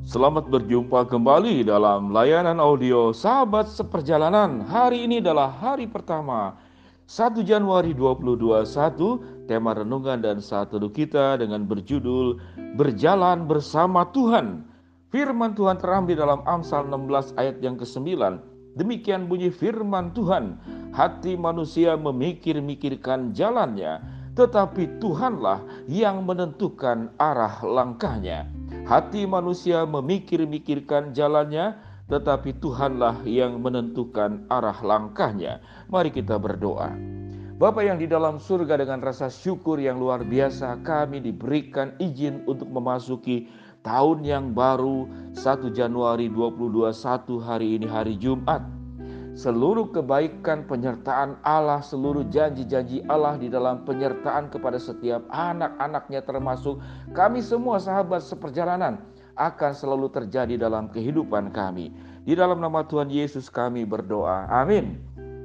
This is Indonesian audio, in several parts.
Selamat berjumpa kembali dalam layanan audio Sahabat Seperjalanan. Hari ini adalah hari pertama 1 Januari 2021. Tema renungan dan saat teduh kita dengan berjudul Berjalan Bersama Tuhan. Firman Tuhan terambil dalam Amsal 16 ayat yang ke-9. Demikian bunyi firman Tuhan, hati manusia memikir-mikirkan jalannya, tetapi Tuhanlah yang menentukan arah langkahnya. Hati manusia memikir-mikirkan jalannya, tetapi Tuhanlah yang menentukan arah langkahnya. Mari kita berdoa. Bapa yang di dalam surga, dengan rasa syukur yang luar biasa, kami diberikan izin untuk memasuki tahun yang baru 1 Januari 2021. Hari ini hari Jumat. Seluruh kebaikan penyertaan Allah, seluruh janji-janji Allah di dalam penyertaan kepada setiap anak-anaknya, termasuk kami semua sahabat seperjalanan, akan selalu terjadi dalam kehidupan kami. Di dalam nama Tuhan Yesus kami berdoa. Amin.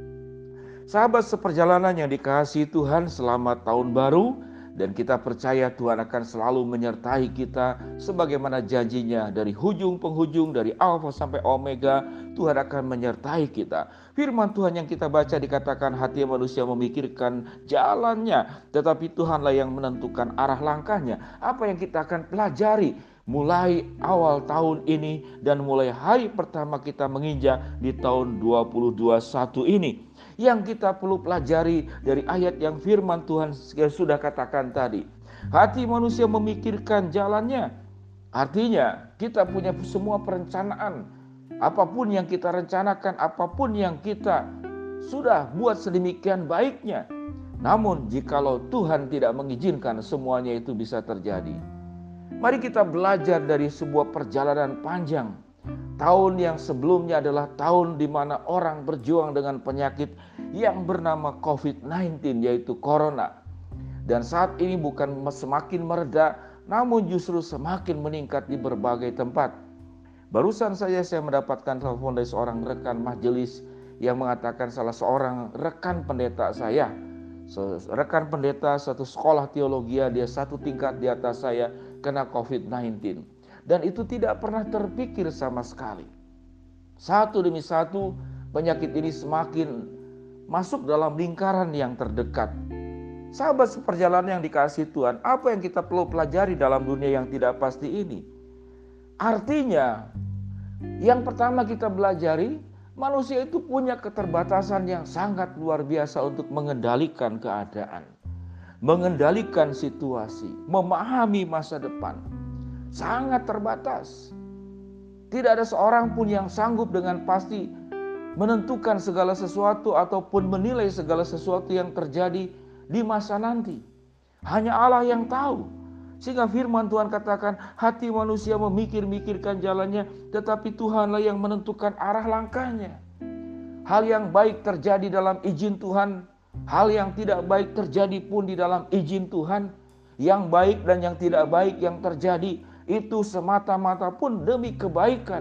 Sahabat seperjalanan yang dikasihi Tuhan, selamat tahun baru. Dan kita percaya Tuhan akan selalu menyertai kita sebagaimana janjinya dari hujung penghujung, dari Alfa sampai Omega. Tuhan akan menyertai kita. Firman Tuhan yang kita baca dikatakan hati manusia memikirkan jalannya, tetapi Tuhanlah yang menentukan arah langkahnya. Apa yang kita akan pelajari mulai awal tahun ini dan mulai hari pertama kita menginjak di tahun 2021 ini? Yang kita perlu pelajari dari ayat yang firman Tuhan sudah katakan tadi. Hati manusia memikirkan jalannya. Artinya kita punya semua perencanaan. Apapun yang kita rencanakan, apapun yang kita sudah buat sedemikian baiknya. Namun jikalau Tuhan tidak mengizinkan, semuanya itu bisa terjadi. Mari kita belajar dari sebuah perjalanan panjang. Tahun yang sebelumnya adalah tahun di mana orang berjuang dengan penyakit yang bernama COVID-19, yaitu Corona. Dan saat ini bukan semakin mereda, namun justru semakin meningkat di berbagai tempat. Barusan saja saya mendapatkan telepon dari seorang rekan majelis yang mengatakan salah seorang rekan pendeta saya, rekan pendeta satu sekolah teologi, dia satu tingkat di atas saya, kena COVID-19. Dan itu tidak pernah terpikir sama sekali. Satu demi satu penyakit ini semakin masuk dalam lingkaran yang terdekat. Sahabat seperjalanan yang dikasihi Tuhan, apa yang kita perlu pelajari dalam dunia yang tidak pasti ini? Artinya, yang pertama kita pelajari, manusia itu punya keterbatasan yang sangat luar biasa untuk mengendalikan keadaan, mengendalikan situasi, memahami masa depan. Sangat terbatas. Tidak ada seorang pun yang sanggup dengan pasti menentukan segala sesuatu ataupun menilai segala sesuatu yang terjadi di masa nanti. Hanya Allah yang tahu. Sehingga firman Tuhan katakan hati manusia memikir-mikirkan jalannya, tetapi Tuhanlah yang menentukan arah langkahnya. Hal yang baik terjadi dalam izin Tuhan, hal yang tidak baik terjadi pun di dalam izin Tuhan. Yang baik dan yang tidak baik yang terjadi itu semata-mata pun demi kebaikan.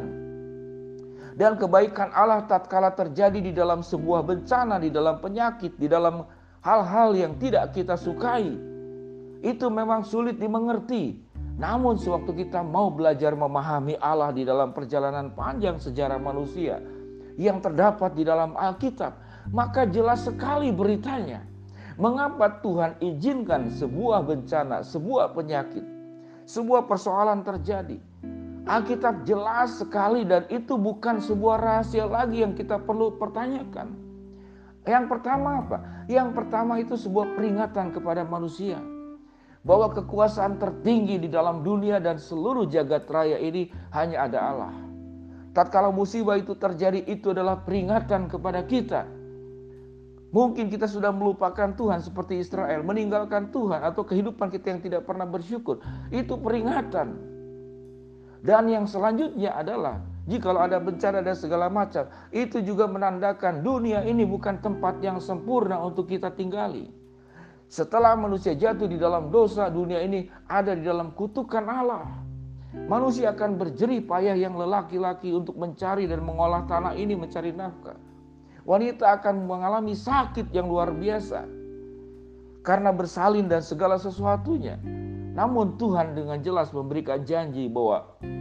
Dan kebaikan Allah tatkala terjadi di dalam sebuah bencana, di dalam penyakit, di dalam hal-hal yang tidak kita sukai, itu memang sulit dimengerti. Namun sewaktu kita mau belajar memahami Allah di dalam perjalanan panjang sejarah manusia yang terdapat di dalam Alkitab, maka jelas sekali beritanya. Mengapa Tuhan izinkan sebuah bencana, sebuah penyakit, sebuah persoalan terjadi? Alkitab jelas sekali, dan itu bukan sebuah rahasia lagi yang kita perlu pertanyakan. Yang pertama apa? Yang pertama itu sebuah peringatan kepada manusia bahwa kekuasaan tertinggi di dalam dunia dan seluruh jagat raya ini hanya ada Allah. Tatkala musibah itu terjadi, itu adalah peringatan kepada kita. Mungkin kita sudah melupakan Tuhan seperti Israel, meninggalkan Tuhan, atau kehidupan kita yang tidak pernah bersyukur. Itu peringatan. Dan yang selanjutnya adalah jikalau ada bencana dan segala macam, itu juga menandakan dunia ini bukan tempat yang sempurna untuk kita tinggali. Setelah manusia jatuh di dalam dosa, dunia ini ada di dalam kutukan Allah. Manusia akan berjerih payah yang lelaki-laki untuk mencari dan mengolah tanah ini, mencari nafkah. Wanita akan mengalami sakit yang luar biasa karena bersalin dan segala sesuatunya. Namun Tuhan dengan jelas memberikan janji bahwa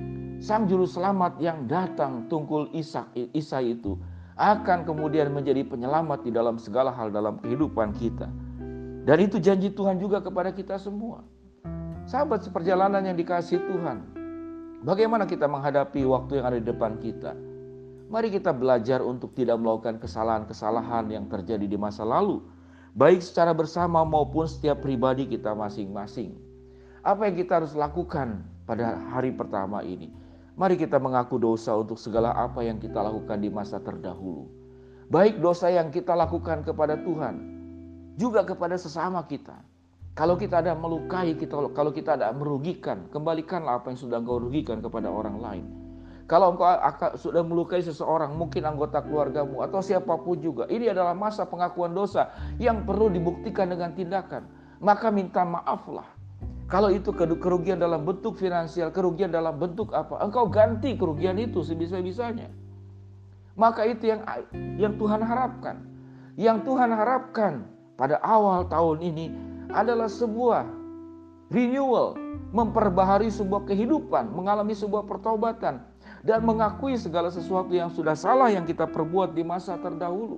Sang Juru Selamat yang datang tungkul Isa itu akan kemudian menjadi penyelamat di dalam segala hal dalam kehidupan kita. Dan itu janji Tuhan juga kepada kita semua. Sahabat seperjalanan yang dikasihi Tuhan, bagaimana kita menghadapi waktu yang ada di depan kita? Mari kita belajar untuk tidak melakukan kesalahan-kesalahan yang terjadi di masa lalu, baik secara bersama maupun setiap pribadi kita masing-masing. Apa yang kita harus lakukan pada hari pertama ini? Mari kita mengaku dosa untuk segala apa yang kita lakukan di masa terdahulu. Baik dosa yang kita lakukan kepada Tuhan, juga kepada sesama kita. Kalau kita ada melukai, kalau kita ada merugikan, kembalikanlah apa yang sudah engkau rugikan kepada orang lain. Kalau engkau sudah melukai seseorang, mungkin anggota keluargamu atau siapapun juga, ini adalah masa pengakuan dosa yang perlu dibuktikan dengan tindakan. Maka minta maaflah. Kalau itu kerugian dalam bentuk finansial, kerugian dalam bentuk apa, engkau ganti kerugian itu sebisa-bisanya. Maka itu yang Tuhan harapkan. Yang Tuhan harapkan pada awal tahun ini adalah sebuah renewal, memperbaharui sebuah kehidupan, mengalami sebuah pertobatan, dan mengakui segala sesuatu yang sudah salah yang kita perbuat di masa terdahulu.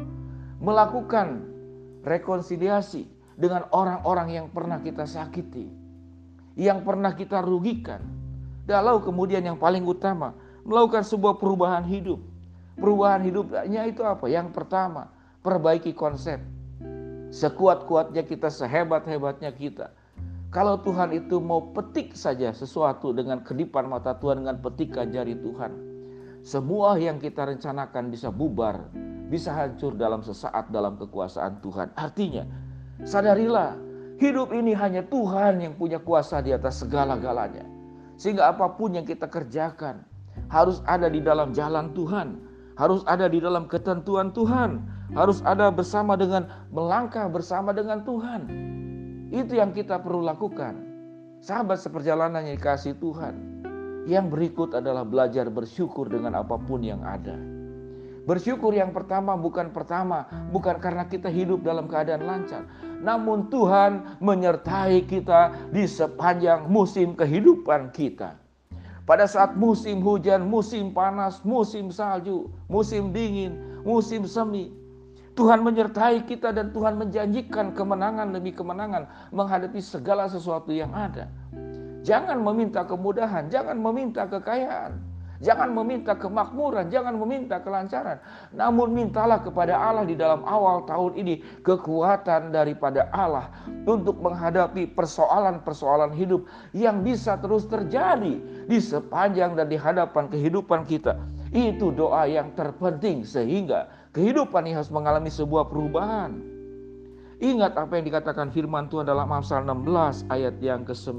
Melakukan rekonsiliasi dengan orang-orang yang pernah kita sakiti, yang pernah kita rugikan. Dan lalu kemudian yang paling utama, melakukan sebuah perubahan hidup. Perubahan hidupnya itu apa? Yang pertama, perbaiki konsep. Sekuat-kuatnya kita, sehebat-hebatnya kita. Kalau Tuhan itu mau petik saja sesuatu dengan kedipan mata Tuhan, dengan petikan jari Tuhan, semua yang kita rencanakan bisa bubar, bisa hancur dalam sesaat dalam kekuasaan Tuhan. Artinya, sadarilah, hidup ini hanya Tuhan yang punya kuasa di atas segala-galanya. Sehingga apapun yang kita kerjakan harus ada di dalam jalan Tuhan, harus ada di dalam ketentuan Tuhan, harus ada bersama dengan melangkah bersama dengan Tuhan. Itu yang kita perlu lakukan. Sahabat seperjalanan yang dikasihi Tuhan, yang berikut adalah belajar bersyukur dengan apapun yang ada. Bersyukur yang pertama bukan karena kita hidup dalam keadaan lancar, namun Tuhan menyertai kita di sepanjang musim kehidupan kita. Pada saat musim hujan, musim panas, musim salju, musim dingin, musim semi, Tuhan menyertai kita dan Tuhan menjanjikan kemenangan demi kemenangan menghadapi segala sesuatu yang ada. Jangan meminta kemudahan, jangan meminta kekayaan, jangan meminta kemakmuran, jangan meminta kelancaran. Namun mintalah kepada Allah di dalam awal tahun ini kekuatan daripada Allah untuk menghadapi persoalan-persoalan hidup yang bisa terus terjadi di sepanjang dan di hadapan kehidupan kita. Itu doa yang terpenting sehingga kehidupan ini harus mengalami sebuah perubahan. Ingat apa yang dikatakan firman Tuhan dalam Amsal 16 ayat yang ke-9.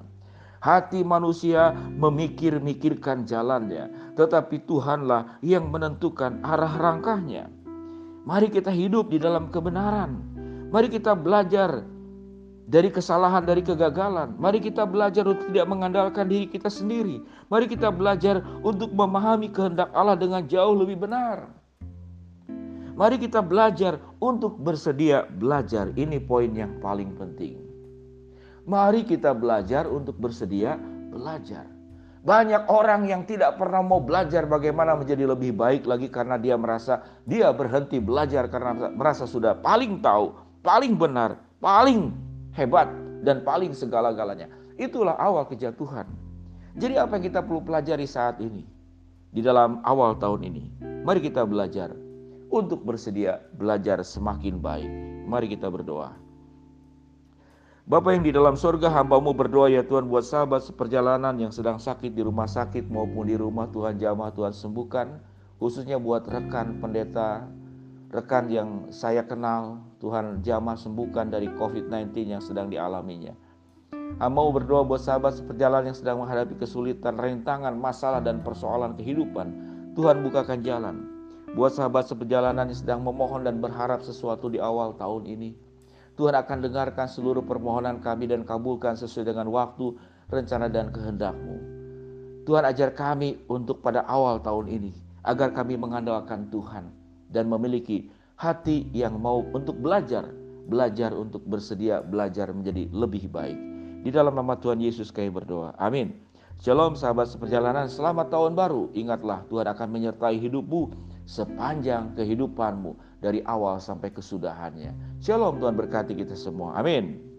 Hati manusia memikir-mikirkan jalannya, tetapi Tuhanlah yang menentukan arah langkahnya. Mari kita hidup di dalam kebenaran. Mari kita belajar dari kesalahan, dari kegagalan. Mari kita belajar untuk tidak mengandalkan diri kita sendiri. Mari kita belajar untuk memahami kehendak Allah dengan jauh lebih benar. Mari kita belajar untuk bersedia belajar. Ini poin yang paling penting. Mari kita belajar untuk bersedia belajar. Banyak orang yang tidak pernah mau belajar bagaimana menjadi lebih baik lagi karena dia merasa dia berhenti belajar karena merasa sudah paling tahu, paling benar, paling hebat, dan paling segala-galanya. Itulah awal kejatuhan. Jadi apa yang kita perlu pelajari saat ini? Di dalam awal tahun ini, mari kita belajar untuk bersedia belajar semakin baik. Mari kita berdoa. Bapa yang di dalam surga, hamba-Mu berdoa ya Tuhan buat sahabat seperjalanan yang sedang sakit di rumah sakit maupun di rumah. Tuhan jamah, Tuhan sembuhkan. Khususnya buat rekan pendeta, rekan yang saya kenal, Tuhan jamah sembuhkan dari COVID-19 yang sedang dialaminya. Hamba-Mu berdoa buat sahabat seperjalanan yang sedang menghadapi kesulitan, rintangan, masalah dan persoalan kehidupan. Tuhan bukakan jalan. Buat sahabat seperjalanan yang sedang memohon dan berharap sesuatu di awal tahun ini, Tuhan akan dengarkan seluruh permohonan kami dan kabulkan sesuai dengan waktu, rencana dan kehendak-Mu. Tuhan ajar kami untuk pada awal tahun ini, agar kami mengandalkan Tuhan dan memiliki hati yang mau untuk belajar untuk bersedia belajar menjadi lebih baik. Di dalam nama Tuhan Yesus kami berdoa. Amin. Shalom sahabat seperjalanan, selamat tahun baru. Ingatlah Tuhan akan menyertai hidupmu sepanjang kehidupanmu dari awal sampai kesudahannya. Shalom, Tuhan berkati kita semua. Amin.